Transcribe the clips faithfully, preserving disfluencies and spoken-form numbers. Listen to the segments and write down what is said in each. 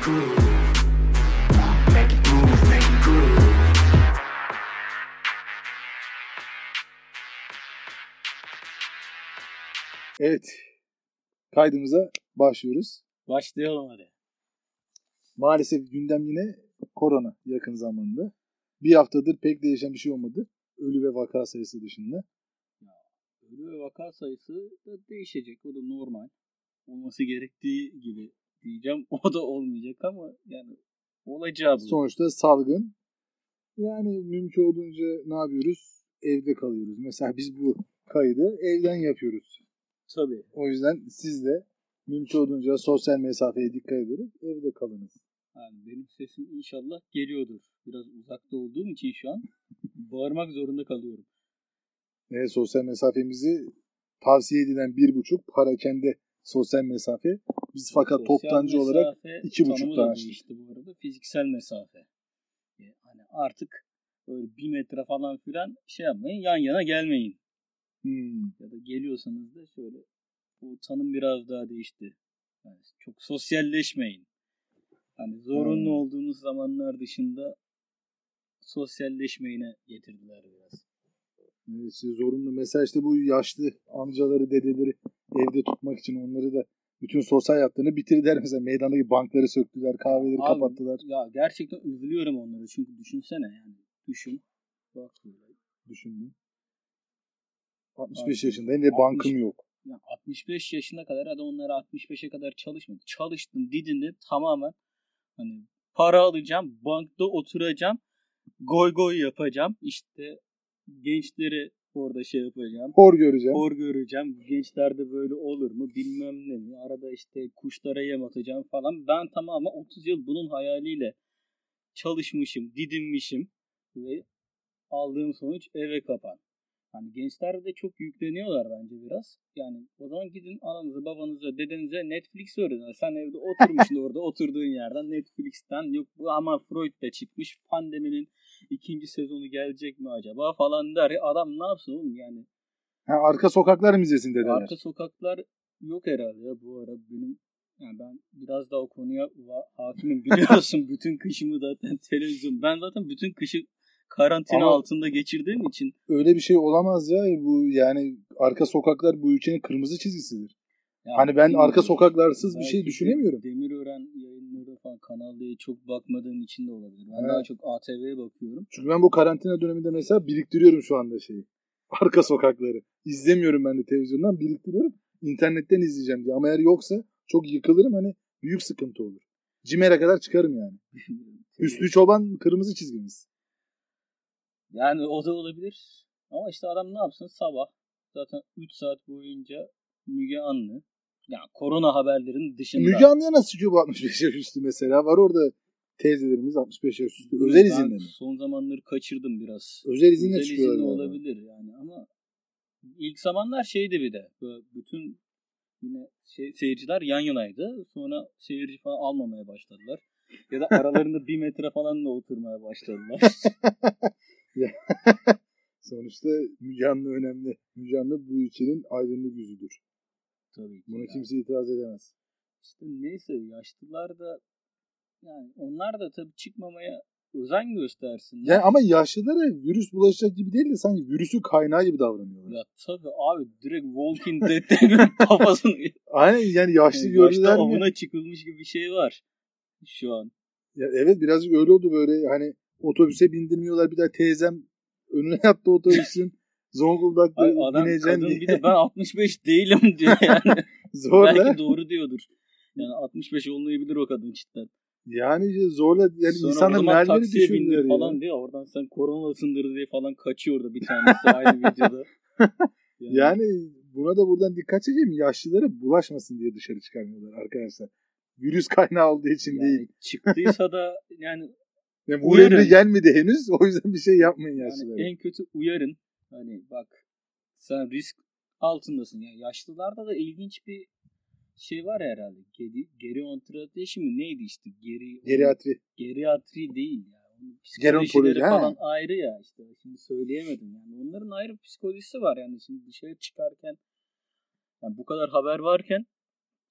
groove. Make it move, make it groove. Evet. Kaydımıza başlıyoruz. Başlayalım hadi. Maalesef gündem yine korona yakın zamanda. Bir haftadır pek değişen bir şey olmadı. Ölü ve vaka sayısı dışında. Ya, ölü ve vaka sayısı da değişecek. O da normal. Olması gerektiği gibi diyeceğim. O da olmayacak ama yani olacağı bu. Sonuçta salgın. Yani mümkün olduğunca ne yapıyoruz? Evde kalıyoruz. Mesela biz bu kaydı evden yapıyoruz. Tabii. O yüzden siz de mümkün olduğunca sosyal mesafeye dikkat ederek evde kalınız. Yani benim sesim inşallah geliyordur. Biraz uzakta olduğum için şu an bağırmak zorunda kalıyorum. Evet, sosyal mesafemizi tavsiye edilen bir buçuk parakende sosyal mesafe. Biz fakat Sosyal toptancı olarak iki buçuktan açtık. İşte bu arada fiziksel mesafe. Yani hani artık böyle bir metre falan filan şey yapmayın, yan yana gelmeyin. Hmm. Ya da geliyorsanız da şöyle bu tanım biraz daha değişti. Yani çok sosyalleşmeyin. Hani zorunlu hmm. olduğunuz zamanlar dışında sosyalleşmeyine getirdiler biraz. Evet, işte zorunlu. Mesela işte bu yaşlı amcaları, dedeleri evde tutmak için onları da bütün sosyal hayatlarını bitirdiler. Mesela meydandaki bankları söktüler, kahveleri Abi, kapattılar. Ya gerçekten üzülüyorum onları. Çünkü düşünsene yani. Düşün. Bak böyle. Düşündüm. altmış beş Abi, yaşındayım ve altmış bankım yok. Yani altmış beş yaşına kadar hadi onlara altmış beşe kadar çalışmadı. Çalıştım, didindim tamamen. Hani para alacağım, bankta oturacağım, goy goy yapacağım. İşte gençleri orada şey yapacağım. Hor göreceğim. Hor göreceğim. Gençlerde böyle olur mu bilmem ne mi. Arada işte kuşlara yem atacağım falan. Ben tamamen otuz yıl bunun hayaliyle çalışmışım, didinmişim ve aldığım sonuç eve kapan. Hani gençler de çok yükleniyorlar bence biraz. Yani o zaman gidin ananıza, babanıza, dedenize Netflix öğrenin. Sen evde oturmuşsun orada oturduğun yerden Netflix'ten yok bu ama Freud da çıkmış. Pandeminin ikinci sezonu gelecek mi acaba falan der. Adam ne yapsın oğlum yani? Ha, arka sokaklar mı izlesin dedeler? Arka sokaklar yok herhalde ya bu ara benim. Yani ben biraz daha o konuya hakimim biliyorsun. Bütün kışımı zaten televizyon. Ben zaten bütün kışı karantina Ama altında geçirdiğim için. Öyle bir şey olamaz ya. Bu yani arka sokaklar bu ülkenin kırmızı çizgisidir. Ya hani ben arka sokaklarsız bir şey düşünemiyorum. Demirören yayınları falan Kanal D'ye çok bakmadığım için de olabilir. Ben evet. daha çok A T V'ye bakıyorum. Çünkü ben bu karantina döneminde mesela biriktiriyorum şu anda şeyi. Arka sokakları. İzlemiyorum ben de televizyondan, biriktiriyorum. İnternetten izleyeceğim diye. Ama eğer yoksa çok yıkılırım, hani büyük sıkıntı olur. Cimer'e kadar çıkarım yani. Hüsnü Çoban kırmızı çizgimiz. Yani o da olabilir. Ama işte adam ne yapsın sabah zaten üç saat boyunca Müge Anlı. Yani korona haberlerinin dışında. Müge Anlı'ya nasıl çıkıyor bu altmış beş yaş üstü mesela? Var orada teyzelerimiz altmış beş yaş üstü. Özel ben izinle mi? Son zamanları kaçırdım biraz. Özel izinle Özel çıkıyorlar. Özel izinle olabilir yani ama ilk zamanlar şeydi bir de. Bütün yine şey, seyirciler yan yanaydı. Sonra seyirci falan almamaya başladılar. Ya da aralarında bir metre falan da oturmaya başladılar. Sonuçta Müge Anlı önemli. Müge Anlı bu ülkenin aydınlık yüzüdür. Tabii ki. Buna yani. kimse itiraz edemez. İşte neyse yaşlılar da yani onlar da tabii çıkmamaya özen göstersinler. Yani ama yaşlılara virüs bulaşacak gibi değil de sanki virüsün kaynağı gibi davranıyorlar. Ya tabii abi direkt Walking Dead'de kafasını. Aynen yani yaşlı yani gördüler mi? Avına çıkılmış gibi bir şey var şu an. Ya evet birazcık öyle oldu böyle hani otobüse bindirmiyorlar bir daha teyzem önüne yattı otobüsün. Zonguldak'ta Ay, adam, bineceğim diye. Bir de ben altmış beş değilim diyor yani. Zorla. Belki doğru diyordur. Yani altmış beş olmayabilir o kadın cidden. Yani zorla yani sonra insanlar nereden düşürdüler falan ya. Diye oradan sen koronasındır diye falan kaçıyor orada bir tanesi aynı videoda. Yani. yani buna da buradan dikkat çekeyim. Yaşlılara bulaşmasın diye dışarı çıkarmıyorlar arkadaşlar. Virüs kaynağı olduğu için yani değil. Çıktıysa da yani yani bu evre gelmedi henüz. O yüzden bir şey yapmayın yaşlılara. Yani en kötü uyarın. Hani bak sen risk altındasın. Yani yaşlılarda da ilginç bir şey var herhalde. Geri, geriatri mi neydi işte? Geri, geriatri. Geriatri değil ya. Yani. Psikolojileri falan ha. ayrı ya işte. Şimdi söyleyemedim yani. Onların ayrı psikolojisi var yani. Şimdi dışarı çıkarken yani bu kadar haber varken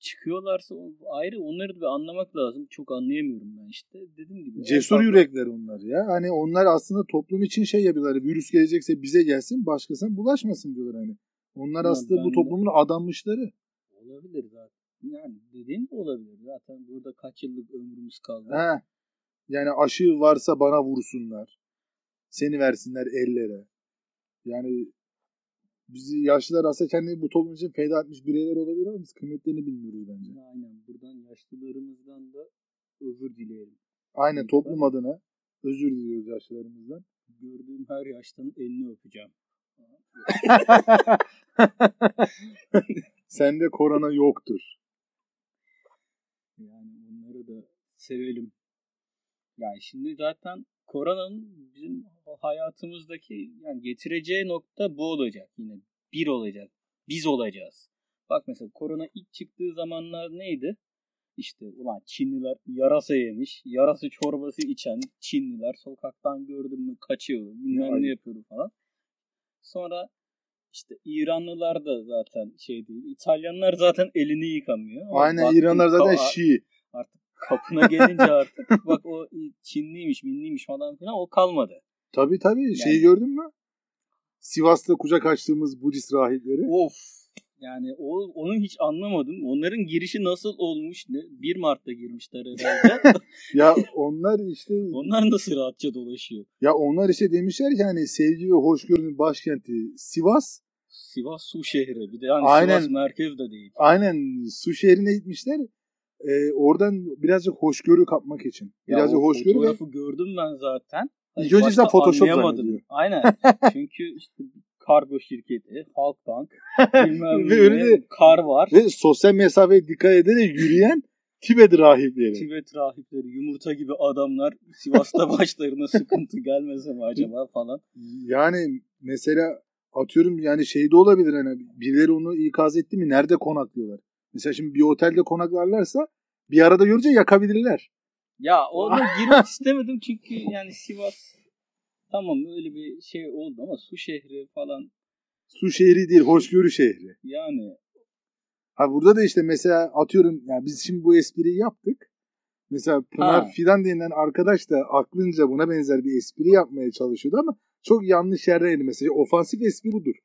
çıkıyorlarsa ayrı, onları da bir anlamak lazım. Çok anlayamıyorum ben işte. Dediğim gibi. Cesur yürekler onlar ya. Hani onlar aslında toplum için şey yapıyorlar. Virüs gelecekse bize gelsin, başkasına bulaşmasın diyorlar hani. Onlar Ya aslında bu ben toplumun adanmışları. olabilir zaten. Yani dediğin de olabilir. Zaten burada kaç yıllık ömrümüz kaldı. He. Yani aşı varsa bana vursunlar. Seni versinler ellere. Yani bizi yaşlılar aslında kendini bu toplum için feda etmiş bireyler olabilir ama biz kıymetlerini bilmiyoruz bence. Aynen. Buradan yaşlılarımızdan da özür dileyelim. Aynen, toplum adına özür diliyoruz yaşlılarımızdan. Gördüğüm her yaştan elini öpeceğim. Sende korona yoktur. Yani onları da sevelim. Yani şimdi zaten koronanın bizim hayatımızdaki yani getireceği nokta bu olacak yine. Bir olacak. Biz olacağız. Bak mesela korona ilk çıktığı zamanlar neydi? İşte ulan Çinliler yarasa yemiş. Yarasa çorbası içen Çinliler sokaktan gördün mü kaçıyor. Bilmem ne yapıyordu falan. Sonra işte İranlılar da zaten şey değil. İtalyanlar zaten elini yıkamıyor. Ama aynen, baktım, İranlar zaten ka- Şii. Artık kapına gelince artık bak o Çinliymiş, Minliymiş falan filan o kalmadı. Tabii tabii. Yani- Şeyi gördün mü? Sivas'ta kucak açtığımız Budist rahipleri. Of. Yani o onu hiç anlamadım. Onların girişi nasıl olmuş? Ne? bir Mart'ta girmişler herhalde. Ya onlar işte Onlar nasıl rahatça dolaşıyor? ya onlar işte demişler ki hani sevgi ve hoşgörünün başkenti Sivas. Sivas su şehri. Bir de yani Aynen. Sivas merkez de değil. Aynen su şehrine gitmişler. Ee, oradan birazcık hoşgörü kapmak için. Ya Birazcık o hoşgörü ve fotoğrafı gördüm ben zaten. Hani İlk önce başta sen Photoshop anlayamadım. zannediyor. Aynen. Çünkü işte kargo şirketi, Halkbank, bilmem Ve ne, önünde- kar var. ve sosyal mesafeye dikkat ederek yürüyen Tibet rahipleri. Tibet rahipleri, yumurta gibi adamlar Sivas'ta başlarına sıkıntı gelmese mi acaba falan. Yani mesela atıyorum yani şey de olabilir hani birileri onu ikaz etti mi nerede konaklıyorlar? Mesela şimdi bir otelde konaklarlarsa bir arada görünce yakabilirler. Ya ona girmek istemedim çünkü yani Sivas tamam öyle bir şey oldu ama su şehri falan Su şehri değil, hoşgörü şehri. yani. Ha burada da işte mesela atıyorum yani biz şimdi bu espriyi yaptık. Mesela Pınar Ha. Fidan denilen arkadaş da aklınca buna benzer bir espri yapmaya çalışıyordu ama çok yanlış yerdeydi mesela. Ofansif espri budur.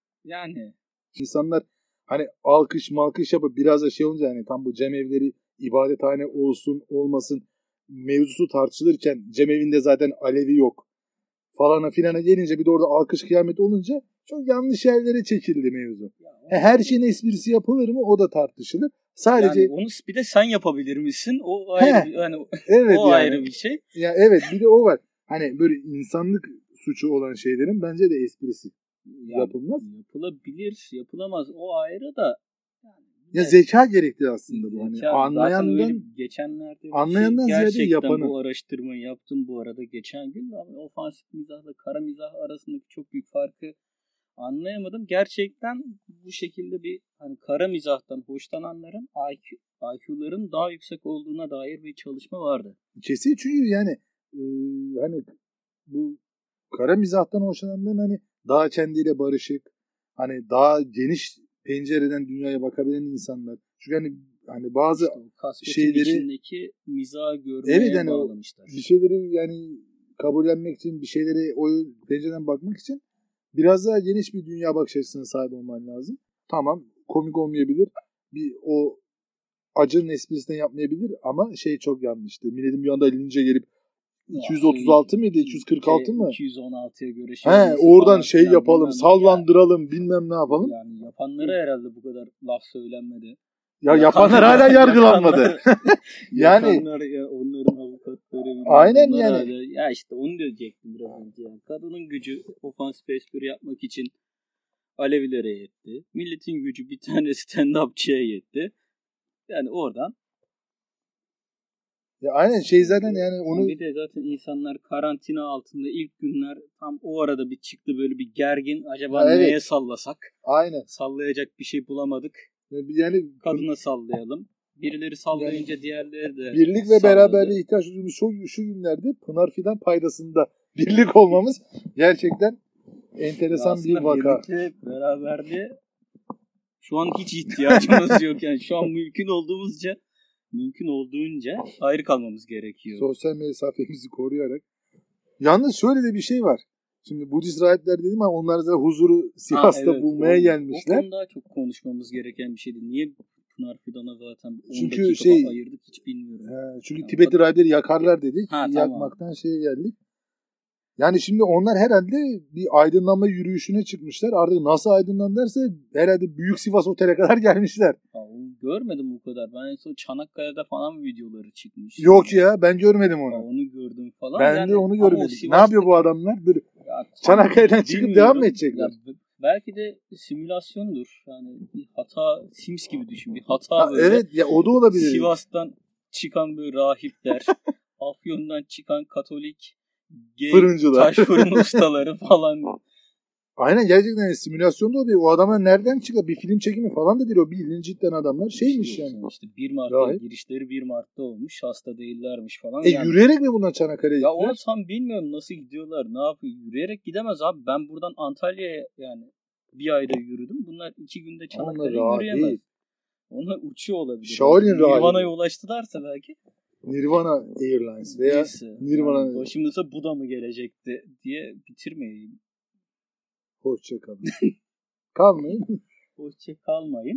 Yani İnsanlar hani alkış malkış yapıp biraz da şey olunca hani tam bu cemevleri ibadethane olsun olmasın mevzusu tartışılırken cemevinde zaten Alevi yok falana filana gelince bir de orada alkış kıyamet olunca çok yanlış yerlere çekildi mevzu. He, her şeyin esprisi yapılır mı o da tartışılır. Sadece yani onu bir de sen yapabilir misin? O ayrı He. bir, yani evet o yani. ayrı bir şey. Ya evet bir de o var. Hani böyle insanlık suçu olan şeylerin bence de esprisi Yani yapılmaz. yapılabilir, yapılamaz o ayrı da. Yani Ya evet. zeka gerektirir aslında bu. Hani Zeka, zaten anlayandan öyle geçenlerde bir anlayandan şey, ziyade gerçekten yapanı. bu araştırmayı yaptım bu arada geçen gün ama ofansif mizahla kara mizah arasındaki çok büyük farkı anlayamadım. Gerçekten bu şekilde bir hani kara mizahtan hoşlananların I Q, I Q'ların daha yüksek olduğuna dair bir çalışma vardı. kesin çünkü yani e, hani bu kara mizahtan hoşlananların hani daha kendiyle barışık, hani daha geniş pencereden dünyaya bakabilen insanlar. Çünkü hani hani bazı İşte o kasvetin şeyleri- içindeki mizahı görmeye Evet, yani o- bağlamışlar. bir şeyleri yani kabullenmek için, bir şeyleri o pencereden bakmak için biraz daha geniş bir dünya bakış açısına sahip olman lazım. Tamam, komik olmayabilir. Bir o acının esprisini yapmayabilir ama şey çok yanlıştı. Milletin bir anda elince gelip iki yüz otuz altı mıydı? iki yüz kırk altı mı? iki yüz on altıya göre şey He, olması oradan falan şey filan yapalım, bilmem ne. sallandıralım, bilmem ne yapalım. Yani yapanlara herhalde bu kadar laf söylenmedi. Ya yapanlar hala yargılanmadı. Yani Yapanlar ya onların avukatları. bilmem Aynen bunlar yani. hala- ya işte onu diyecektim biraz önce. Yani. Kadının gücü ofansif espri yapmak için Alevilere yetti. Milletin gücü bir tane stand-upçıya yetti. Yani oradan. ya aynen şey zaten yani onu Bir de zaten insanlar karantina altında ilk günler tam o arada bir çıktı böyle bir gergin. Acaba Ha, evet. neye sallasak? aynen. Sallayacak bir şey bulamadık. Yani Kadına sallayalım. Birileri sallayınca diğerleri de birlik ve salladı. beraberliğe ihtiyaç duyduğumuz şu, şu günlerde Pınar Fidan paydasında birlik olmamız gerçekten enteresan bir Aslında vaka. birlikte beraberliğe Şu an hiç ihtiyacımız yok yani. Şu an mümkün olduğumuzca mümkün olduğunca ayrı kalmamız gerekiyor. Sosyal mesafemizi koruyarak. Yalnız şöyle de bir şey var. Şimdi Budist rahipler dedim ama onlar da huzuru Sivas'ta Ha, evet. bulmaya o, gelmişler. O konuda çok konuşmamız gereken bir şeydi. Niye Pınar Fidan'a zaten on Çünkü dakika şey- ayırdık hiç bilmiyorum. He, çünkü Ya, Tibetli rahipleri yakarlar dedik. Ha, tamam. Yakmaktan şeye geldik. Yani şimdi onlar herhalde bir aydınlanma yürüyüşüne çıkmışlar. Artık nasıl aydınlanırsa herhalde Büyük Sivas Otel'e kadar gelmişler. Ha, onu görmedim bu kadar. Ben en son Çanakkale'de falan videoları çıkmış. Yok ya, ben görmedim onu. Ha, onu gördüm falan. Ben Yani de onu ama o görmedim. Ne Sivas'taki- yapıyor bu adamlar? Böyle Ya, Çanakkale'den çıkıp bilmiyorum. devam mı edecekler? Ya, b- belki de simülasyondur. Yani bir hata, Sims gibi düşün. Bir hata Ha, böyle. evet ya, o da olabilir. Sivas'tan çıkan böyle rahipler, Afyon'dan çıkan Katolik gay Fırıncılar. taş fırın ustaları falan. Aynen, gerçekten yani simülasyonda oluyor. O adamlar nereden çıkıyor? Bir film çekimi falan da değil o. Bildiğin cidden adamlar şeymiş yani. İşte bir Mart'ta Rahip. girişleri bir Mart'ta olmuş. Hasta değillermiş falan. E Yani- yürüyerek mi bundan Çanakkale'ye Ya gittiler? onu tam bilmiyorum nasıl gidiyorlar, ne yapıyor. Yürüyerek gidemez abi. Ben buradan Antalya'ya yani bir ayda yürüdüm. Bunlar iki günde Çanakkale'ye rahat yürüyemez. değil. Onlar uçuyor olabilir. Shaolin rahibi. Nirvana'ya ulaştılarsa belki. Nirvana Airlines veya Neyse. Nirvana- Yani başımıza bu da mı gelecekti diye bitirmeyeyim. hoşça kalın. Kalmayın. Hoşça kalmayın.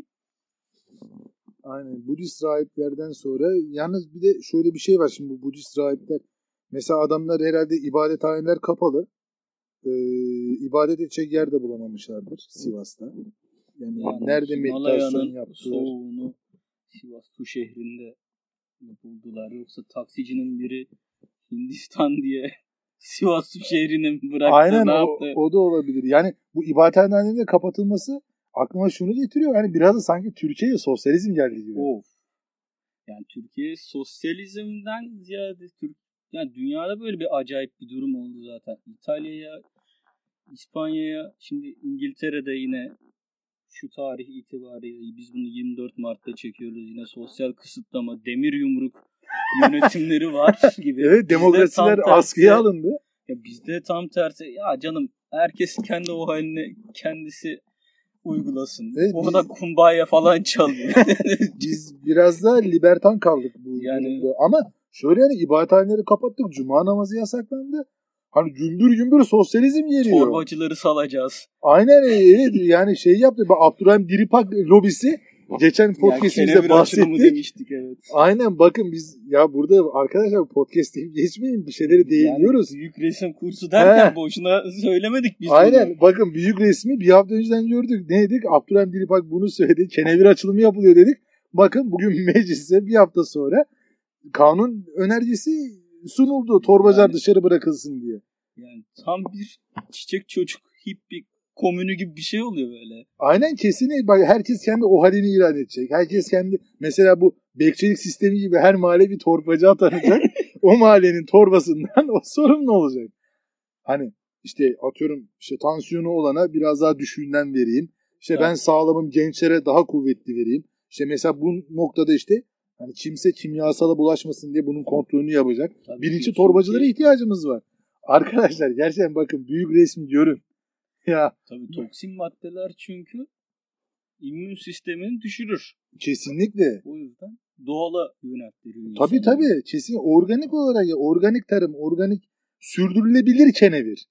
Aynen. Budist rahiplerden sonra yalnız bir de şöyle bir şey var şimdi bu Budist rahipler. Mesela adamlar herhalde ibadethaneler kapalı. Ee, ibadet edecek yer de bulamamışlardır Sivas'ta. Yani, Yani nerede meditasyon Himalaya'nın yaptılar. soğuğunu Sivas Su şehrinde buldular. Yoksa taksicinin biri Hindistan diye Sivas Su şehrine mi bıraktı, Aynen ne o, yaptı? o da olabilir. Yani bu ibadethanenin de kapatılması aklıma şunu getiriyor. Yani biraz da sanki Türkiye'ye sosyalizm geldi gibi. Of. Yani Türkiye sosyalizmden ziyade Türk yani dünyada böyle bir acayip bir durum oldu zaten. İtalya'ya, İspanya'ya, şimdi İngiltere'de yine şu tarih itibariyle biz bunu yirmi dört Mart'ta çekiyoruz. Yine sosyal kısıtlama, demir yumruk yönetimleri var gibi. Evet, Bizde demokrasiler tam tersi- askıya alındı. Ya bizde tam tersi. Ya canım herkes kendi o haline kendisi uygulasın. Evet, Orada biz- kumbaya falan çalıyor. Biz biraz daha libertan kaldık bu Yani- durumda. Ama şöyle yani ibadethaneleri kapattık. Cuma namazı yasaklandı. Hani gümbür gümbür sosyalizm geliyor. Torbacıları salacağız. Aynen evet yani şey yaptı. Bak Abdurrahim Diripak lobisi geçen Yani podcastimizde kenevir açılımı bahsettik. demiştik evet. Aynen bakın biz ya burada arkadaşlar podcast deyip geçmeyin bir şeyleri değiniyoruz. Yani büyük resim kursu derken He. boşuna söylemedik biz Aynen bunu. bakın büyük resmi bir hafta önceden gördük. Ne dedik? Abdurrahim Diripak bunu söyledi. Kenevir açılımı yapılıyor dedik. Bakın bugün mecliste bir hafta sonra kanun önergesi sunuldu. Torbacılar Yani- dışarı bırakılsın diye. Yani tam bir çiçek çocuk hip bir komünü gibi bir şey oluyor böyle. Aynen kesinlikle. Bak herkes kendi o halini ilan edecek. Herkes kendi mesela bu bekçilik sistemi gibi her mahalle bir torbacı atanacak. O mahallenin torbasından o sorumlu olacak. Hani işte atıyorum işte tansiyonu olana biraz daha düşüğünden vereyim. İşte Evet. ben sağlamım gençlere daha kuvvetli vereyim. İşte mesela bu noktada işte hani kimse kimyasala bulaşmasın diye bunun kontrolünü yapacak. Tabii Bilinçli ki torbacılara çünkü- ihtiyacımız var. Arkadaşlar gerçekten bakın büyük resmi görün. Ya Tabii toksin maddeler çünkü immün sistemini düşürür. kesinlikle. O yüzden doğala yönelttiriyor. Tabii insanları. tabii. Kesin organik olarak ya organik tarım, organik sürdürülebilir kenevir.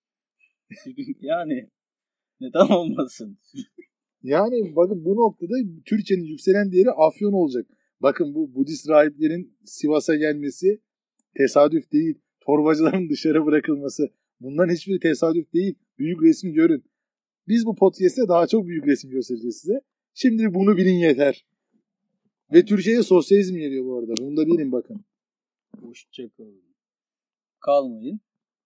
Yani neden olmasın? Yani bakın bu noktada Türkiye'nin yükselen değeri Afyon olacak. Bakın bu Budist rahiplerin Sivas'a gelmesi tesadüf değil. Torbacıların dışarı bırakılması. Bundan hiçbir tesadüf değil. Büyük resmi görün. Biz bu podcast'te daha çok büyük resim göstereceğiz size. Şimdi bunu bilin yeter. Ve Türkiye'ye sosyalizm geliyor bu arada. Bunu da bilin bakın. Hoşça kalın. Kalmayın.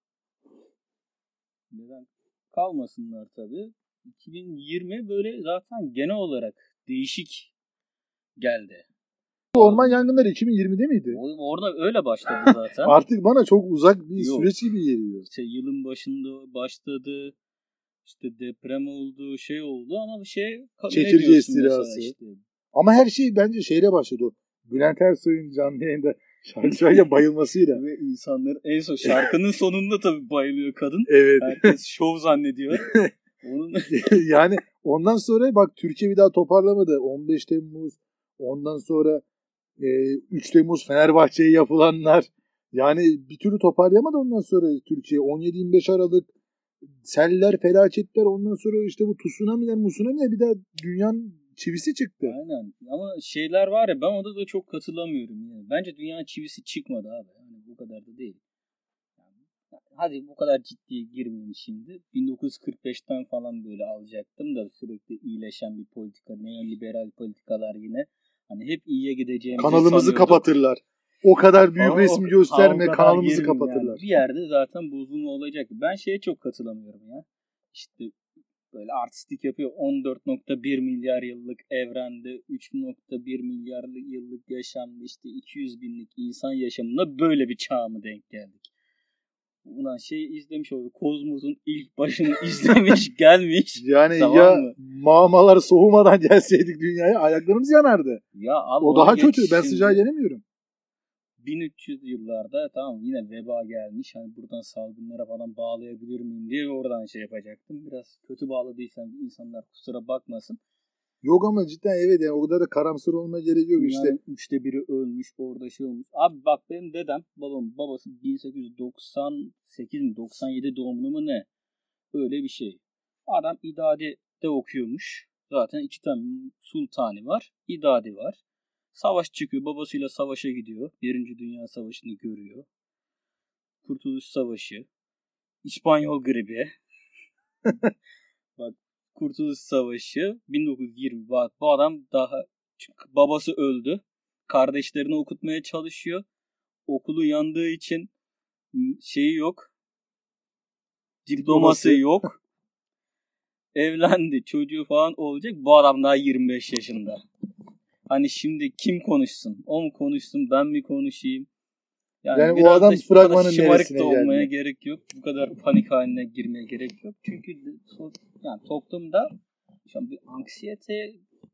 Neden? Kalmasınlar tabii. iki bin yirmi böyle zaten genel olarak değişik geldi. Bu orman yangınları iki bin yirmide miydi? O- Orada öyle başladı zaten. Artık bana çok uzak bir Yok. süreç gibi geliyor. İşte yılın başında başladı. İşte deprem oldu, şey oldu ama bir şey ne Çekirge diyorsun mesela istilası. işte. Ama her şey bence şeyle başladı o. Bülent Ersoy'un canlı yayında şarkı söylerken bayılmasıyla. Ve insanlar en son şarkının sonunda tabii bayılıyor kadın. Evet. Herkes şov zannediyor. Onun Yani Ondan sonra bak Türkiye bir daha toparlamadı. on beş Temmuz, ondan sonra e, üç Temmuz Fenerbahçe'ye yapılanlar. Yani bir türlü toparlayamadı ondan sonra Türkiye. on yedi yirmi beş Aralık seller, felaketler, ondan sonra işte bu tsunamiler, musunamiler, bir daha dünyanın çivisi çıktı. Aynen. Ama şeyler var ya, ben onda da çok katılamıyorum yani. Bence dünyanın çivisi çıkmadı abi. Yani bu kadar da değil. Yani, hadi bu kadar ciddiye girmeyeyim şimdi. bin dokuz yüz kırk beşten falan böyle alacaktım da sürekli iyileşen bir politika, neoliberal politikalar yine. Hani hep iyiye gideceğimizi Kanalımızı sanıyorduk. kapatırlar. O kadar büyük Ama resmi o- gösterme, o kadar kanalımızı girmeyeyim kapatırlar. yani. Bir yerde zaten bozulma olacak. Ben şeye çok katılamıyorum ya. İşte böyle artistik yapıyor. on dört nokta bir milyar yıllık evrende üç nokta bir milyar yıllık yaşamda işte iki yüz binlik insan yaşamına böyle bir çağa mı denk geldik? Ulan şey izlemiş oldu. Kozmos'un ilk başını izlemiş gelmiş. Yani Tamam ya mı? mağmalar soğumadan gelseydik dünyaya ayaklarımız yanardı. Ya abi O daha geç kötü. Ben şimdi. sıcağı yenemiyorum. bin üç yüz yıllarda tamam yine veba gelmiş. Hani buradan salgınlara falan bağlayabilir miyim diye oradan şey yapacaktım. Biraz kötü bağladıysam insanlar kusura bakmasın. Yok ama cidden evet yani o kadar da karamsar olmaya gerek yok işte. Dünyanın üçte biri ölmüş, orada şey olmuş. Abi bak benim dedem, babam, babası bin sekiz yüz doksan sekiz mi doksan yedi doğumlu mu ne? Öyle bir şey. Adam İdadi'de okuyormuş. Zaten iki tane sultani var. İdadi var. Savaş çıkıyor. Babasıyla savaşa gidiyor. Birinci Dünya Savaşı'nı görüyor. Kurtuluş Savaşı. İspanyol gribi. Bak Kurtuluş Savaşı bin dokuz yüz yirmi. Bak bu adam daha çünkü babası öldü. Kardeşlerini okutmaya çalışıyor. Okulu yandığı için şeyi yok. Diploması yok. Evlendi. Çocuğu falan olacak. Bu adam daha yirmi beş yaşında. Hani şimdi kim konuşsun? O mu konuşsun? Ben mi konuşayım? Yani, Yani o biraz adam da bu fragmanın kadar şımarık neresine da olmaya geldi? gerek yok. Bu kadar panik haline girmeye gerek yok. Çünkü yani toplumda şu an bir anksiyete,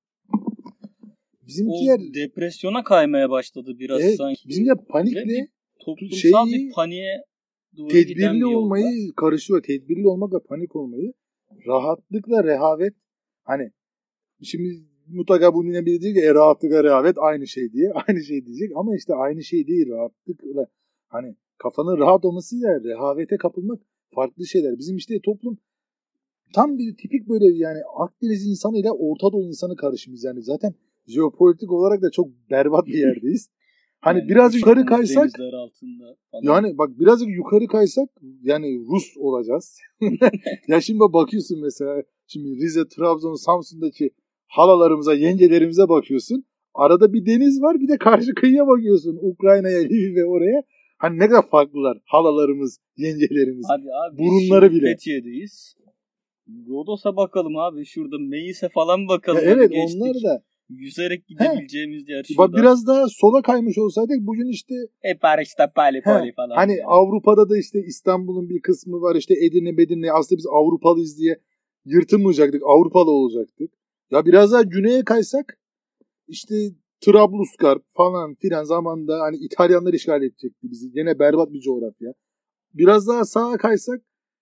Bizimkiler o depresyona kaymaya başladı biraz evet, sanki. bizimkiler Ve panikle bir toplumsal şeyi, bir paniğe doğru giden bir tedbirli yol var. olmayı karışıyor. Tedbirli olmakla panik olmayı. Rahatlıkla rehavet. Hani şimdi mutlaka bunu yine biri diyecek ki e, rahatlıkla rehavet aynı şey diye. Aynı şey diyecek ama işte aynı şey değil. Rahatlıkla hani kafanın rahat olmasıyla rehavete kapılmak farklı şeyler. Bizim işte toplum tam bir tipik böyle yani Akdeniz insanı ile Orta Doğu insanı karışımız yani. Zaten jeopolitik olarak da çok berbat bir yerdeyiz. Hani Yani biraz yukarı okyanus, kaysak denizler altında falan. yani bak birazcık yukarı kaysak yani Rus olacağız. Ya şimdi bakıyorsun mesela şimdi Rize, Trabzon, Samsun'daki halalarımıza, yengelerimize bakıyorsun. Arada bir deniz var, bir de karşı kıyıya bakıyorsun. Ukrayna'ya, Lviv'e oraya. Hani ne kadar farklılar halalarımız, yengelerimiz. Hadi abi burunları şimdi bile. Fethiye'deyiz. Rodos'a bakalım abi. Şurada Meis'e falan bakalım. Ya evet Hadi geçtik. onlar da. Yüzerek gidebileceğimiz yer şurada. Bak biraz daha sola kaymış olsaydık bugün işte E Paris'te pali he, pali falan. hani yani. Avrupa'da da işte İstanbul'un bir kısmı var işte Edirne, Bedirne aslında biz Avrupalıyız diye yırtılmayacaktık. Avrupalı olacaktık. Ya biraz daha güneye kaysak işte Trablusgarp falan filan zamanında hani İtalyanlar işgal edecekti bizi. Yine berbat bir coğrafya. Biraz daha sağa kaysak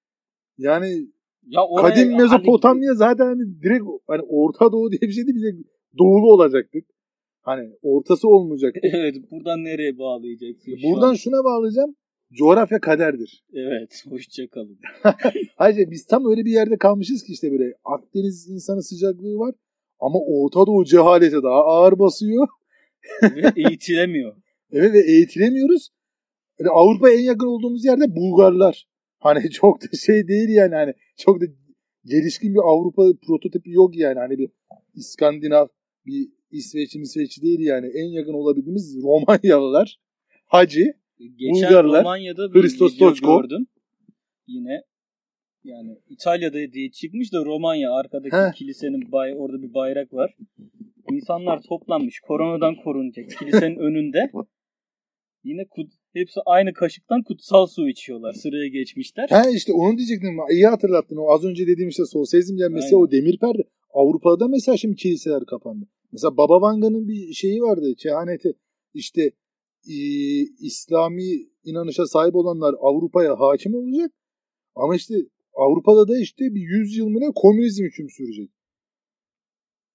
yani Ya oraya, kadim hani- Mezopotamya zaten hani direkt hani Orta Doğu diye bir şey değil. Bize doğulu olacaktık. Hani ortası olmayacak. Evet, buradan nereye bağlayacaksın şu Buradan an? şuna bağlayacağım. Coğrafya kaderdir. Evet, hoşçakalın. Hayır biz tam öyle bir yerde kalmışız ki işte böyle Akdeniz insanı sıcaklığı var ama Orta Doğu cehaleti daha ağır basıyor. Ve eğitilemiyor. Evet ve eğitilemiyoruz. Yani Avrupa'ya en yakın olduğumuz yerde Bulgarlar. Hani çok da şey değil yani hani çok da gelişkin bir Avrupa prototipi yok yani. Hani bir İskandinav, bir İsveçli, İsveçli değil yani. En yakın olabildiğimiz Romanyalılar. Hacı, Geçen Bulgarlar, Romanya'da bir Hristos video Stoichkov. gördüm. Yine yani İtalya'da diye çıkmış da Romanya arkadaki Heh. kilisenin bay orada bir bayrak var. İnsanlar toplanmış koronadan korunacak kilisenin önünde. Yine kut, hepsi aynı kaşıktan kutsal su içiyorlar. Sıraya geçmişler. Ha işte onu diyecektim. İyi hatırlattın. O az önce dediğim işte sosyalizm gelmesi Aynen. o demir perde. Avrupa'da mesela şimdi kiliseler kapandı. Mesela Baba Vanga'nın bir şeyi vardı. Kehaneti. İşte e, İslami inanışa sahip olanlar Avrupa'ya hakim olacak. Ama işte Avrupa'da da işte bir yüz yıl mı ne komünizm hüküm sürecek.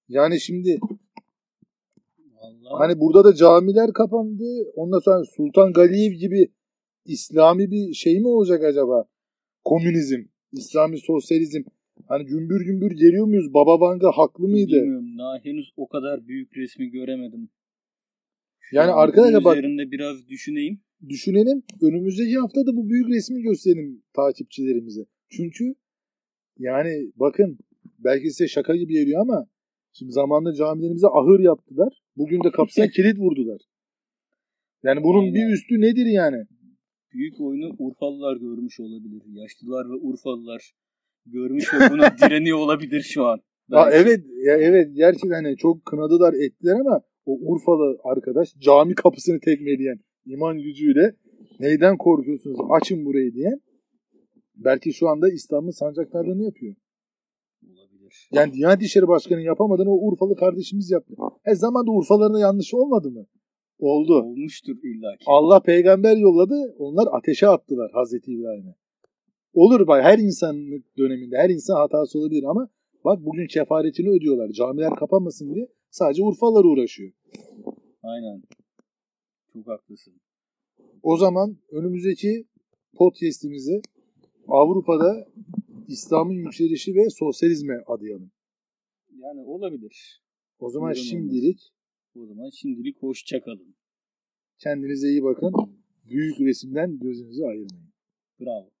Yani şimdi Vallahi hani burada da camiler kapandı. Ondan sonra Sultan Galiyev gibi İslami bir şey mi olacak acaba? Komünizm, İslami sosyalizm. Hani gümbür gümbür geliyor muyuz? Baba Vanga haklı mıydı? bilmiyorum. Daha henüz o kadar büyük resmi göremedim. Şu Yani an arkadaşlar bunun bak- üzerinde biraz düşüneyim. Düşünelim. Önümüzdeki hafta da bu büyük resmi gösterelim takipçilerimize. Çünkü yani bakın belki size şaka gibi geliyor ama şimdi zamanında camilerimize ahır yaptılar. Bugün de kapısına kilit vurdular. Yani bunun Aynen. bir üstü nedir yani? Büyük oyunu Urfalılar görmüş olabilir. Yaşlılar ve Urfalılar görmüş ve buna direniyor olabilir şu an. Ha, Belki. evet ya evet gerçekten hani çok kınadılar ettiler ama o Urfalı arkadaş cami kapısını tekmeleyen iman gücüyle neyden korkuyorsunuz açın burayı diyen belki şu anda İslam'ın sancaktarlığını yapıyor. Olabilir. Yani Diyanet İşleri Başkanı yapamadığını o Urfalı kardeşimiz yaptı. Her zaman da Urfalıların da yanlışı olmadı mı? Oldu. Olmuştur illaki. Allah peygamber yolladı. Onlar ateşe attılar Hazreti İbrahim'e. Olur bay her insanlık döneminde her insan hatası olabilir ama bak bugün kefaretini ödüyorlar. Camiler kapanmasın diye sadece Urfalılar uğraşıyor. Aynen. Çok haklısın. O zaman önümüzdeki podcast'imizi Avrupa'da İslam'ın yükselişi ve sosyalizme adayalım. Yani olabilir. O zaman Neden şimdilik O zaman şimdilik hoşça kalın. kendinize iyi bakın. Büyük resimden gözünüzü ayırmayın. Bravo.